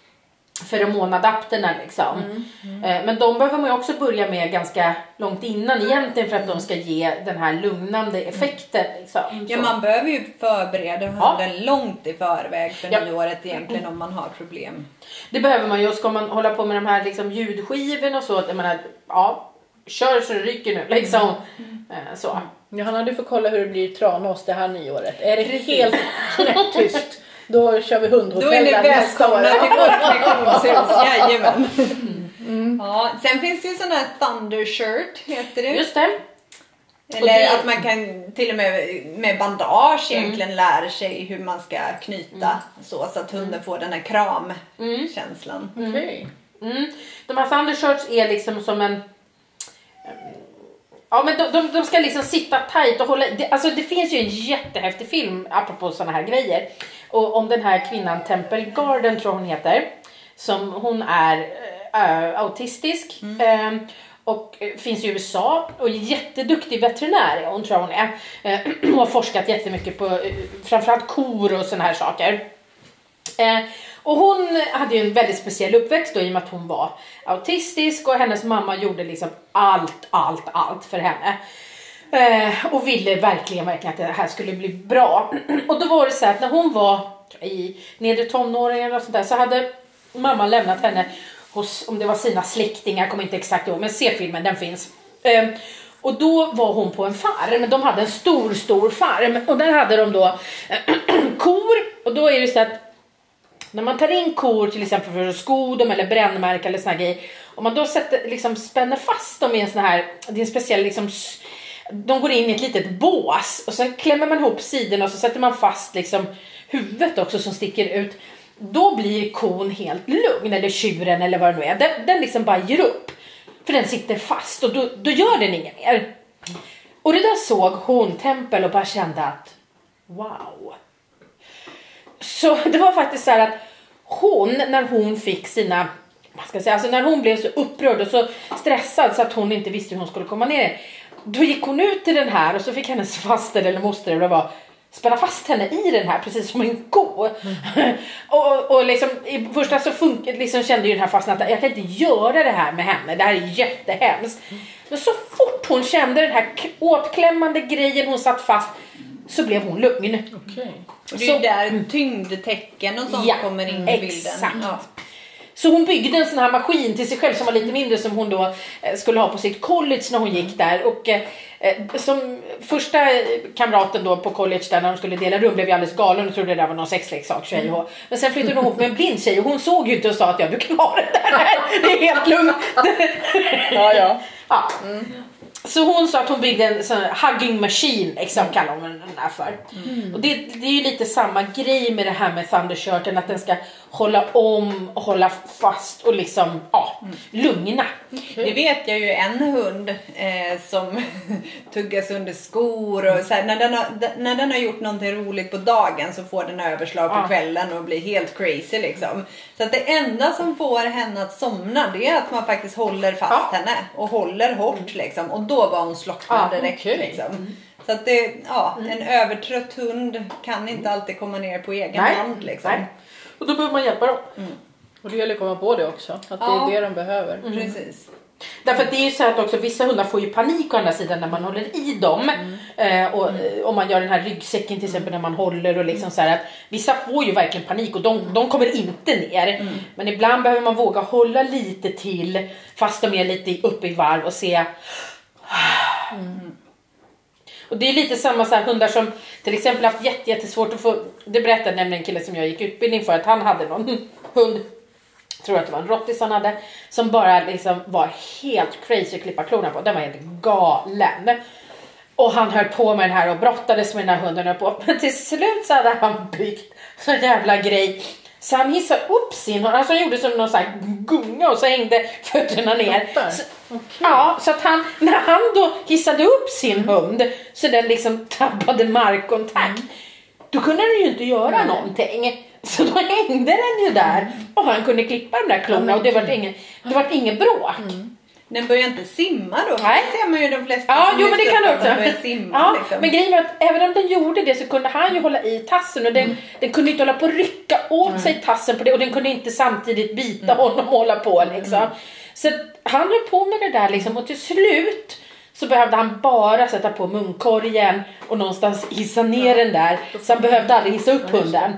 feromonadapterna liksom. Mm, mm. Men de behöver man ju också börja med ganska långt innan egentligen för att de ska ge den här lugnande effekten liksom. Ja, man behöver ju förbereda hunden ja. långt i förväg för ja. nyåret egentligen om man har problem. Det behöver man ju, och ska man hålla på med de här liksom ljudskivorna och så, att jag menar, ja, kör så det rycker nu liksom. Mm. Så. Johanna, du får kolla hur det blir i Tranås det här nyåret. Är det helt knäpptyst? Då kör vi hundhotell där nästa år. Då är ni välkomna till vårt lektionshus. Jajamän. Mm. Ja, sen finns det ju sån här thunder shirt, heter det. Just det. Eller det... att man kan till och med med bandage egentligen mm. lära sig hur man ska knyta mm. så, så att hunden får den här kramkänslan. Mm. Okay. Mm. De här thunder shirts är liksom som en... Ja, men de, de, de ska liksom sitta tajt och hålla... Det, alltså det finns ju en jättehäftig film apropå såna här grejer. Och om den här kvinnan Temple Garden tror hon heter. Som hon är äh, autistisk. Mm. Äh, och finns i U S A. Och jätteduktig veterinär. Hon tror hon är. Äh, hon har forskat jättemycket på äh, framförallt kor och såna här saker. Äh, Och hon hade ju en väldigt speciell uppväxt då, i och med att hon var autistisk. Och hennes mamma gjorde liksom allt, allt, allt för henne. Eh, och ville verkligen, verkligen att det här skulle bli bra. Och då var det så att när hon var i nedre tonåren och sånt där, så hade mamma lämnat henne hos, om det var sina släktingar, jag kommer inte exakt ihåg, men se filmen, den finns. Eh, och då var hon på en farm. De hade en stor, stor farm. Och där hade de då kor. Och då är det så att när man tar in kor till exempel för att sko dem eller brännmärka eller såna här grejer. Om man då sätter, liksom spänner fast dem i en sån här, det är en speciell liksom, de går in i ett litet bås. Och sen klämmer man ihop sidorna och så sätter man fast liksom huvudet också som sticker ut. Då blir kon helt lugn, eller tjuren eller vad det nu är. Den, den liksom bara ger upp. För den sitter fast och då, då gör den inget mer. Och det där såg hon Tempel och bara kände att wow. Så det var faktiskt så här att hon, när hon fick sina, vad ska jag säga, alltså när hon blev så upprörd och så stressad så att hon inte visste hur hon skulle komma ner, då gick hon ut till den här och så fick hennes faster eller moster eller vad det var spänna fast henne i den här precis som en ko. Mm. och, och liksom i första så fun- liksom kände ju den här fastnat att jag kan inte göra det här med henne, det här är jättehemskt. Mm. Men så fort hon kände den här åtklämmande grejen hon satt fast, så blev hon lugn. Okay. Och det är ju där tyngdtecken och sånt ja, kommer in i bilden. Exakt. Ja. Så hon byggde en sån här maskin till sig själv som var lite mindre, som hon då eh, skulle ha på sitt college när hon gick där. Och eh, som första kamraten då på college där när de skulle dela rum blev jag alldeles galen och trodde det där var någon sexleksak tjej. Mm. Men sen flyttade hon ihop med en blind tjej och hon såg ju inte och sa att ja, du klarar det där. Det är helt lugnt. ja, ja. ja. Mm. Så hon sa att hon byggde en sån här hugging machine, liksom, mm. kallar hon den här för. Mm. Och det, det är ju lite samma grej med det här med thundershirten, att den ska hålla om och hålla fast och liksom, ja, mm. lugna. Det vet jag ju en hund eh, som tuggas under skor och så här, när, den har, när den har gjort någonting roligt på dagen så får den överslag på ja. kvällen och blir helt crazy liksom. Så att det enda som får henne att somna, det är att man faktiskt håller fast ja. henne och håller hårt liksom. Och då var hon slocknad ja, direkt okay. liksom. Mm. Så att det, ja, en mm. övertrött hund kan inte alltid komma ner på egen Nej. hand liksom. Nej. Och då behöver man hjälpa dem. Mm. Och det gäller att komma på det också. Att det ja. är det de behöver. Mm. Precis. Därför att det är ju så att också vissa hundar får ju panik å andra sidan när man håller i dem. Mm. Eh, och mm. om man gör den här ryggsäcken till exempel när man håller och liksom så här att vissa får ju verkligen panik och de, de kommer inte ner. Mm. Men ibland behöver man våga hålla lite till fast de är lite uppe i varv och se. Mm. Och det är lite samma så här hundar som till exempel haft jätte, jättesvårt att få, det berättade nämligen en kille som jag gick utbildning för att han hade någon hund, tror att det var en rottis han hade, som bara liksom var helt crazy att klippa klorna på. Den var helt galen. Och han höll på med den här och brottades med den här hunden och på. Men till slut så hade han byggt så jävla grej. Så han hissade upp sin hund. Alltså han gjorde som någon sån här gunga och så hängde fötterna ner. Så, okay. Ja, så att han, när han då hissade upp sin hund så den liksom tappade markkontakt. Mm. Då kunde den ju inte göra mm. någonting. Så då hängde den ju där. Och han kunde klippa de där klorna och det var ingen, det var ingen bråk. Mm. Den börjar inte simma då. Nej. Det ser man ju de flesta. Ja, jo, men det kan du också. Börjar simma, ja, liksom. Men grejen var att även om den gjorde det så kunde han ju hålla i tassen. Och den, mm. den kunde inte hålla på att rycka åt mm. sig tassen på det. Och den kunde inte samtidigt bita mm. honom och hålla på liksom. Mm. Så han höll på med det där liksom. Och till slut så behövde han bara sätta på munkorgen och någonstans hissa ner den där. Så han behövde aldrig hissa upp hunden.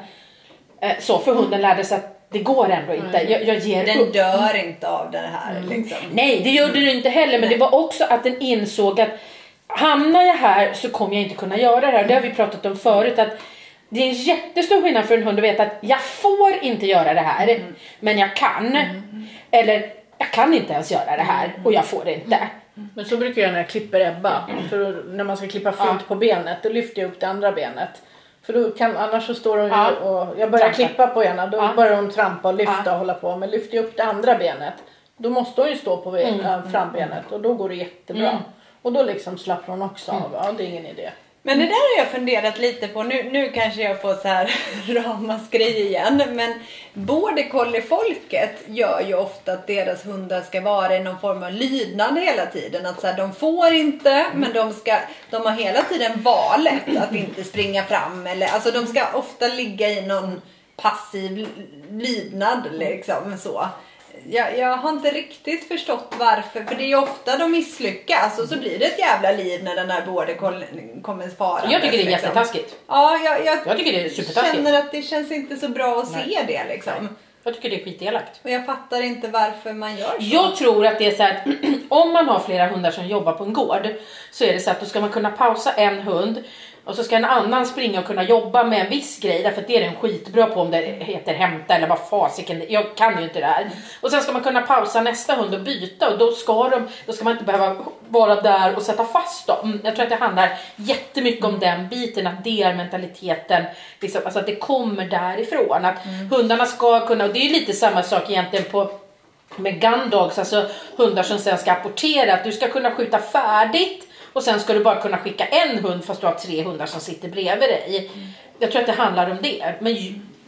Så för hunden lärde sig att det går ändå inte. Jag, jag ger den upp. dör inte av det här. Liksom. Nej, det gjorde den inte heller. Men det var också att den insåg att hamnar jag här så kommer jag inte kunna göra det här. Det har vi pratat om förut. Att det är en jättestor skillnad för en hund att veta att jag får inte göra det här. Mm. Men jag kan. Mm. Eller jag kan inte ens göra det här. Och jag får det inte. Mm. Men så brukar jag när jag klipper Ebba. För när man ska klippa fint ja. på benet. Då lyfter jag upp det andra benet. För då kan, annars så står hon ja. och jag börjar trampa. klippa på ena. Då ja. börjar hon trampa och lyfta ja. och hålla på. Men lyfter jag upp det andra benet. Då måste hon ju stå på mm. äh, frambenet. Och då går det jättebra. Mm. Och då liksom slappnar hon också av. Ja, det är ingen idé. Men det där har jag funderat lite på. Nu, nu kanske jag får så här ramaskri igen. Men border collie-folket gör ju ofta att deras hundar ska vara i någon form av lydnad hela tiden. Att så här, de får inte, mm. men de, ska, de har hela tiden valet att inte springa fram. Eller, alltså de ska ofta ligga i någon passiv lydnad liksom så. Jag, jag har inte riktigt förstått varför. För det är ju ofta de misslyckas. Och så blir det ett jävla liv när den här border kommer fara. Jag tycker det är liksom. jättetaskigt. Ja, jag, jag, jag tycker det är supertaskigt. känner att det känns inte så bra att Nej. se det liksom. Nej. Jag tycker det är skitelakt. Och jag fattar inte varför man gör så. Jag tror att det är så här att om man har flera hundar som jobbar på en gård. Så är det så att då ska man kunna pausa en hund. Och så ska en annan springa och kunna jobba med en viss grej. Därför att det är den skitbra på om det heter hämta eller vad fasiken. Jag kan ju inte det här. Mm. Och sen ska man kunna pausa nästa hund och byta. Och då ska, de, då ska man inte behöva vara där och sätta fast dem. Jag tror att det handlar jättemycket om den biten. Att det är mentaliteten. Liksom, alltså att det kommer därifrån. Att mm. hundarna ska kunna. Och det är ju lite samma sak egentligen på med gun dogs. Alltså hundar som sen ska apportera. Att du ska kunna skjuta färdigt. Och sen ska du bara kunna skicka en hund fast du har tre hundar som sitter bredvid dig. Mm. Jag tror att det handlar om det. Men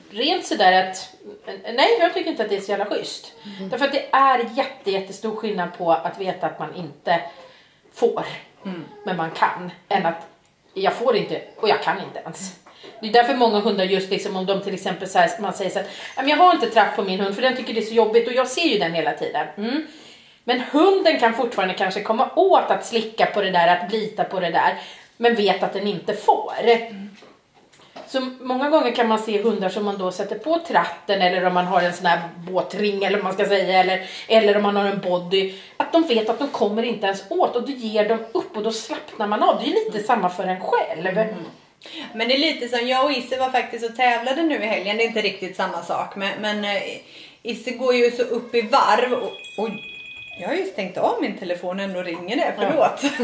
rent sådär att, nej jag tycker inte att det är så jävla schysst. Mm. Därför att det är jätte, jättestor skillnad på att veta att man inte får, mm. men man kan, än att jag får inte och jag kan inte ens. Det är därför många hundar just liksom om de till exempel så här, man säger så att jag har inte trapp på min hund för den tycker det är så jobbigt och jag ser ju den hela tiden. Mm. Men hunden kan fortfarande kanske komma åt att slicka på det där, att bita på det där, men vet att den inte får. Mm. Så många gånger kan man se hundar som man då sätter på tratten eller om man har en sån här båtring eller vad man ska säga eller, eller om man har en body, att de vet att de kommer inte ens åt och då ger de upp och då slappnar man av. Det är lite mm. samma för en själv. Mm. Men det är lite som jag och Isse var faktiskt och tävlade nu i helgen. Det är inte riktigt samma sak. Men, men Isse går ju så upp i varv. Och, och jag har ju stängt av min telefon ändå ringer det. Förlåt. Ja.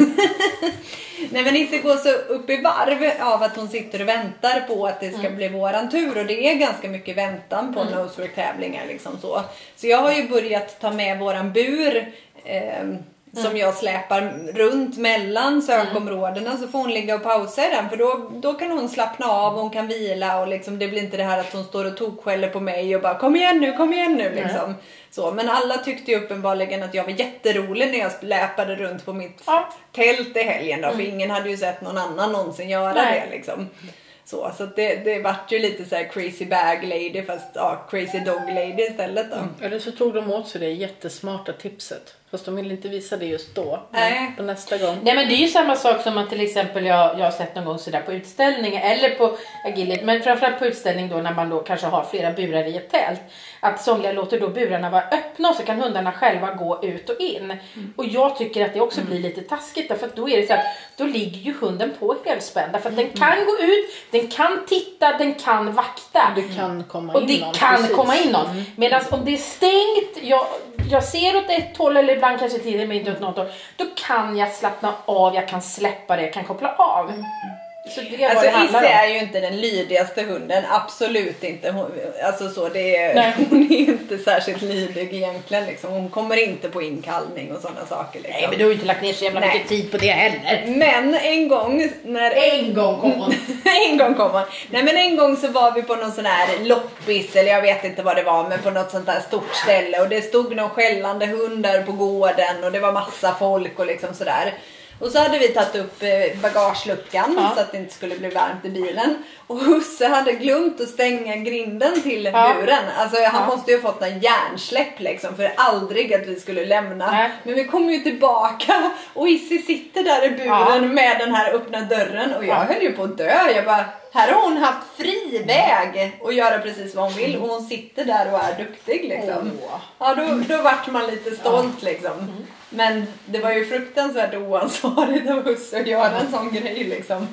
Nej men Isse går så upp i varv av att hon sitter och väntar på att det ska mm. bli våran tur. Och det är ganska mycket väntan på mm. nosework-tävlingar liksom så. Så jag har ju börjat ta med våran bur... Eh, som mm. jag släpar runt mellan sökområdena mm. så får hon ligga och pausa i den. För då, då kan hon slappna av och hon kan vila. Och liksom, det blir inte det här att hon står och tokskäller på mig och bara kom igen nu, kom igen nu. Liksom. Mm. Så, men alla tyckte ju uppenbarligen att jag var jätterolig när jag släpade runt på mitt ja. tält i helgen. Då, mm. För ingen hade ju sett någon annan någonsin göra Nej. det. Liksom. Så, så det, det vart ju lite så här crazy bag lady fast ja, crazy dog lady istället då. Mm. Eller så tog de åt sig det jättesmarta tipset. Fast de ville inte visa det just då. Nej. På nästa gång. Nej men det är ju samma sak som att till exempel jag, jag har sett någon gång sådär på utställningar eller på agility. Men framförallt på utställning då när man då kanske har flera burar i ett tält. Att somliga låter då burarna vara öppna och så kan hundarna själva gå ut och in. Mm. Och jag tycker att det också mm. blir lite taskigt. Därför att då är det så att då ligger ju hunden på helspänn. Därför att den kan gå ut, den kan titta, den kan vakta. Och det kan komma och in det någon. kan Precis. komma in någon. Mm. Medan om det är stängt, jag, jag ser åt ett håll eller ibland kanske till men inte åt något håll. Då kan jag slappna av, jag kan släppa det, jag kan koppla av. Mm. Så det alltså Isse är ju inte den lydigaste hunden, absolut inte. Hon, alltså så, det är, hon är inte särskilt lydig egentligen. Liksom. Hon kommer inte på inkallning och sådana saker. Liksom. Nej, men du har ju inte lagt ner så jävla Nej. mycket tid på det heller. Men en gång när... En gång kom hon. en gång kom hon. Nej, men en gång så var vi på någon sån här loppis, eller jag vet inte vad det var, men på något sånt där stort ställe. Och det stod någon skällande hundar på gården och det var massa folk och liksom sådär. Och så hade vi tagit upp bagageluckan ja. så att det inte skulle bli varmt i bilen. Och Husse hade glömt att stänga grinden till ja. buren. Alltså han ja. måste ju ha fått en hjärnsläpp liksom. För aldrig att vi skulle lämna. Nej. Men vi kom ju tillbaka. Och Isse sitter där i buren ja. med den här öppna dörren. Och jag ja. höll ju på att dö. Jag bara, här har hon haft fri väg att göra precis vad hon vill. Och hon sitter där och är duktig liksom. Oh. Ja, då, då vart man lite stolt ja. liksom. Mm. Men det var ju fruktansvärt oansvarigt av Husse att göra en sån grej liksom.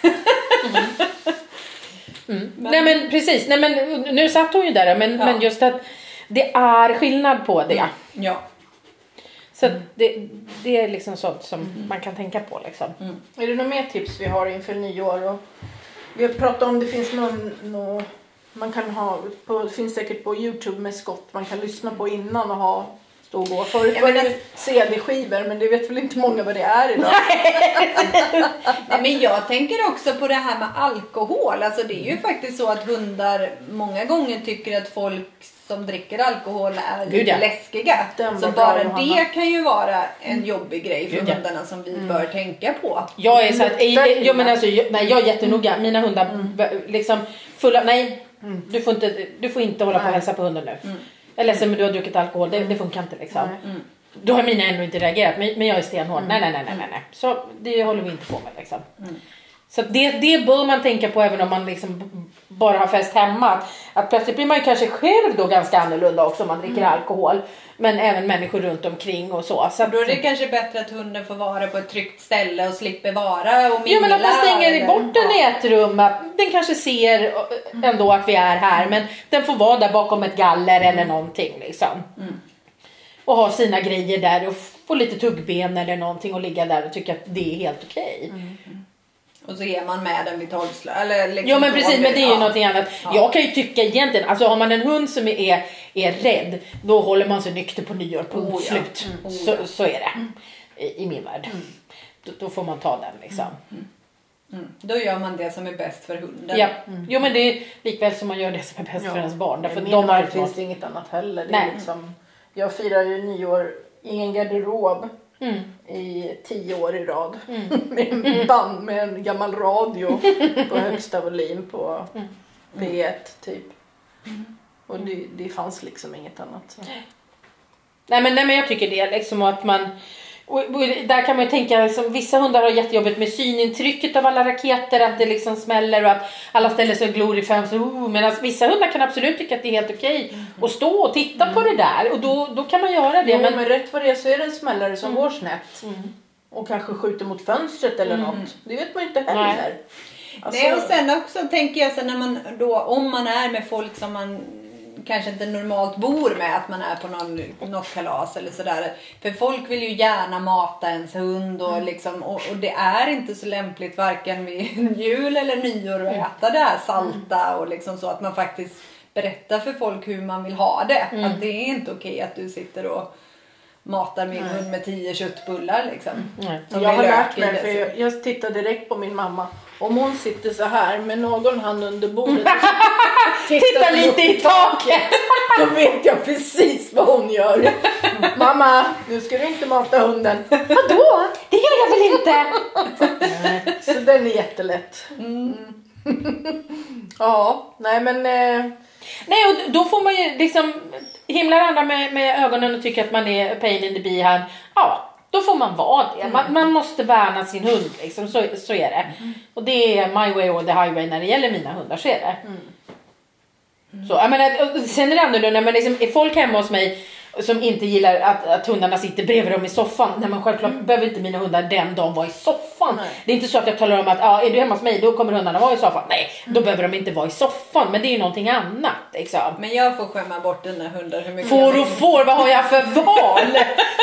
Mm. Mm. Men. Nej men precis, nej men nu satt hon ju där men, ja. men just att det är skillnad på det. Mm. Ja. Så mm. det, det är liksom sånt som mm. man kan tänka på liksom. Mm. Är det några mer tips vi har inför nyår? Och vi har pratat om det finns någon, någon man kan ha på, det finns säkert på YouTube med skott man kan lyssna på innan och ha stå och gå. Förut var det C D-skivor men det vet väl inte många vad det är idag. Nej, men jag tänker också på det här med alkohol. Alltså det är ju faktiskt så att hundar många gånger tycker att folk som dricker alkohol är Gud, ja. läskiga. Så bara det kan ju vara en jobbig grej för Gud, hundarna som vi mm. bör tänka på. Jag är så att jag, jag, men alltså, jag, nej, jag är jättenoga. Mina hundar mm. liksom fulla, nej mm. du, får inte, du får inte hålla på och hälsa på hunden nu. Mm. Jag är ledsen men du har druckit alkohol, det, det funkar inte liksom. Mm. Då har mina ändå inte reagerat, men, men jag är stenhård. Mm. Nej, nej, nej, nej, nej. Så det håller vi inte på med liksom. Mm. Så det, det bör man tänka på även om man liksom bara har fest hemma. Att plötsligt blir man ju kanske själv då ganska annorlunda också om man dricker mm. alkohol. Men även människor runt omkring och så. Så att, då är det kanske bättre att hunden får vara på ett tryggt ställe och slipper vara och mingla. Jo men att man stänger eller... bort den i ett rum. Att den kanske ser ändå att vi är här. Men den får vara där bakom ett galler eller någonting liksom. Mm. Och ha sina grejer där och få lite tuggben eller någonting och ligga där och tycka att det är helt okej. Mm. Och så ger man med den vid tolvslag. Eller liksom ja men precis, men det är ju ja. någonting annat. Ja. Jag kan ju tycka egentligen, alltså har man en hund som är, är rädd, då håller man sig nykter på nyår, punkt oh, slut. Ja. Mm. Så, så är det mm. i, i min värld. Mm. Då, då får man ta den liksom. Mm. Mm. Då gör man det som är bäst för hunden. Ja. Mm. Jo men det är likväl som man gör det som är bäst ja. för ens barn. Därför I de min har värld finns det inget annat heller. Det är Nej. liksom, jag firar ju nyår i en garderob mm. i tio år i rad. Mm. med en band med en gammal radio på högsta volym på mm. P ett typ. Mm. Och det, det fanns liksom inget annat. Så. Nej, men, nej men jag tycker det liksom att man... Och, och där kan man ju tänka, liksom, vissa hundar har jättejobbigt med synintrycket av alla raketer, att det liksom smäller och att alla ställer sig och glor i fönstret. Oh, medan vissa hundar kan absolut tycka att det är helt okej mm. att stå och titta mm. på det där. Och då, då kan man göra det. Jo, men... men rätt vad det är så är det en smällare som Mm. går snett. Mm. Och kanske skjuter mot fönstret eller Mm. något. Det vet man ju inte heller. Alltså... Nej, och sen också tänker jag så när man då, om man är med folk som man kanske inte normalt bor med, att man är på någon, något kalas eller sådär. För folk vill ju gärna mata ens hund och, liksom, och, och det är inte så lämpligt varken vid jul eller nyår att äta det här salta och liksom så att man faktiskt berättar för folk hur man vill ha det. Mm. Att det är inte okej att du sitter och matar min Nej. hund med tio köttbullar liksom. Mm. Jag har lärt mig, för jag, jag tittar direkt på min mamma. Om hon sitter så här med någon hand under bordet titta lite i taket, då vet jag precis vad hon gör. Mamma, nu ska du inte mata hunden. Vadå? Det gör jag väl inte? Så den är jättelätt. Mm. Ja, nej men... Eh... Nej, och då får man ju liksom himlar andra med, med ögonen och tycker att man är pain in the behind. Ja, då får man vara det. Man, man måste värna sin hund liksom, så, så är det. Mm. Och det är my way or the highway när det gäller mina hundar, så är det. Mm. Mm. Så, jag menar, sen är det annorlunda, men liksom, är folk hemma hos mig som inte gillar att, att hundarna sitter bredvid dem i soffan. Nej, men självklart mm. behöver inte mina hundar den dagen vara i soffan. Nej. Det är inte så att jag talar om att ah, är du hemma hos mig då kommer hundarna vara i soffan. Nej, mm. då behöver de inte vara i soffan. Men det är ju någonting annat liksom. Men jag får skämma bort dina hundar hur mycket får och får, vad har jag för val? mm.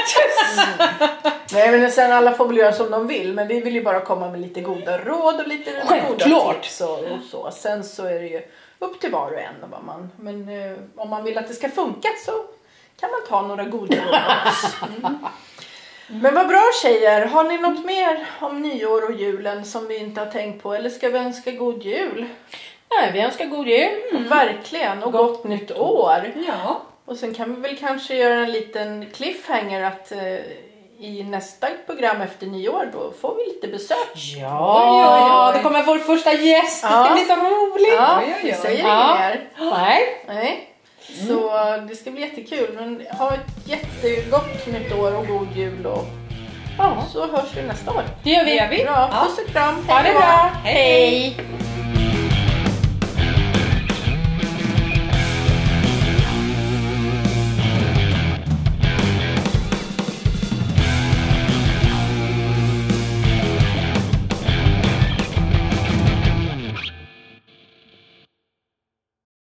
Nej, men sen alla får väl göra som de vill. Men vi vill ju bara komma med lite goda råd och lite goda tips och, och så. Sen så är det ju upp till var och en. Vad man, men eh, om man vill att det ska funka så kan man ta några goda råd. Mm. Men vad bra tjejer, har ni något mer om nyår och julen som vi inte har tänkt på? Eller ska vi önska god jul? Nej, vi önskar god jul. Mm. Verkligen, och gott, gott nytt år. Ja. Och sen kan vi väl kanske göra en liten cliffhanger att eh, i nästa program efter nyår då får vi lite besök. Ja, oj, oj, oj. Det kommer vår första gäst. Ja. Det ska bli så roligt. Ja, vi säger ja. inget mer. Nej. Nej. Så det ska bli jättekul. Men ha ett jättegott nytt år och god jul. Och ja. Så hörs vi nästa år. Det gör vi. Bra, puss och kram. Ha det bra. Hej.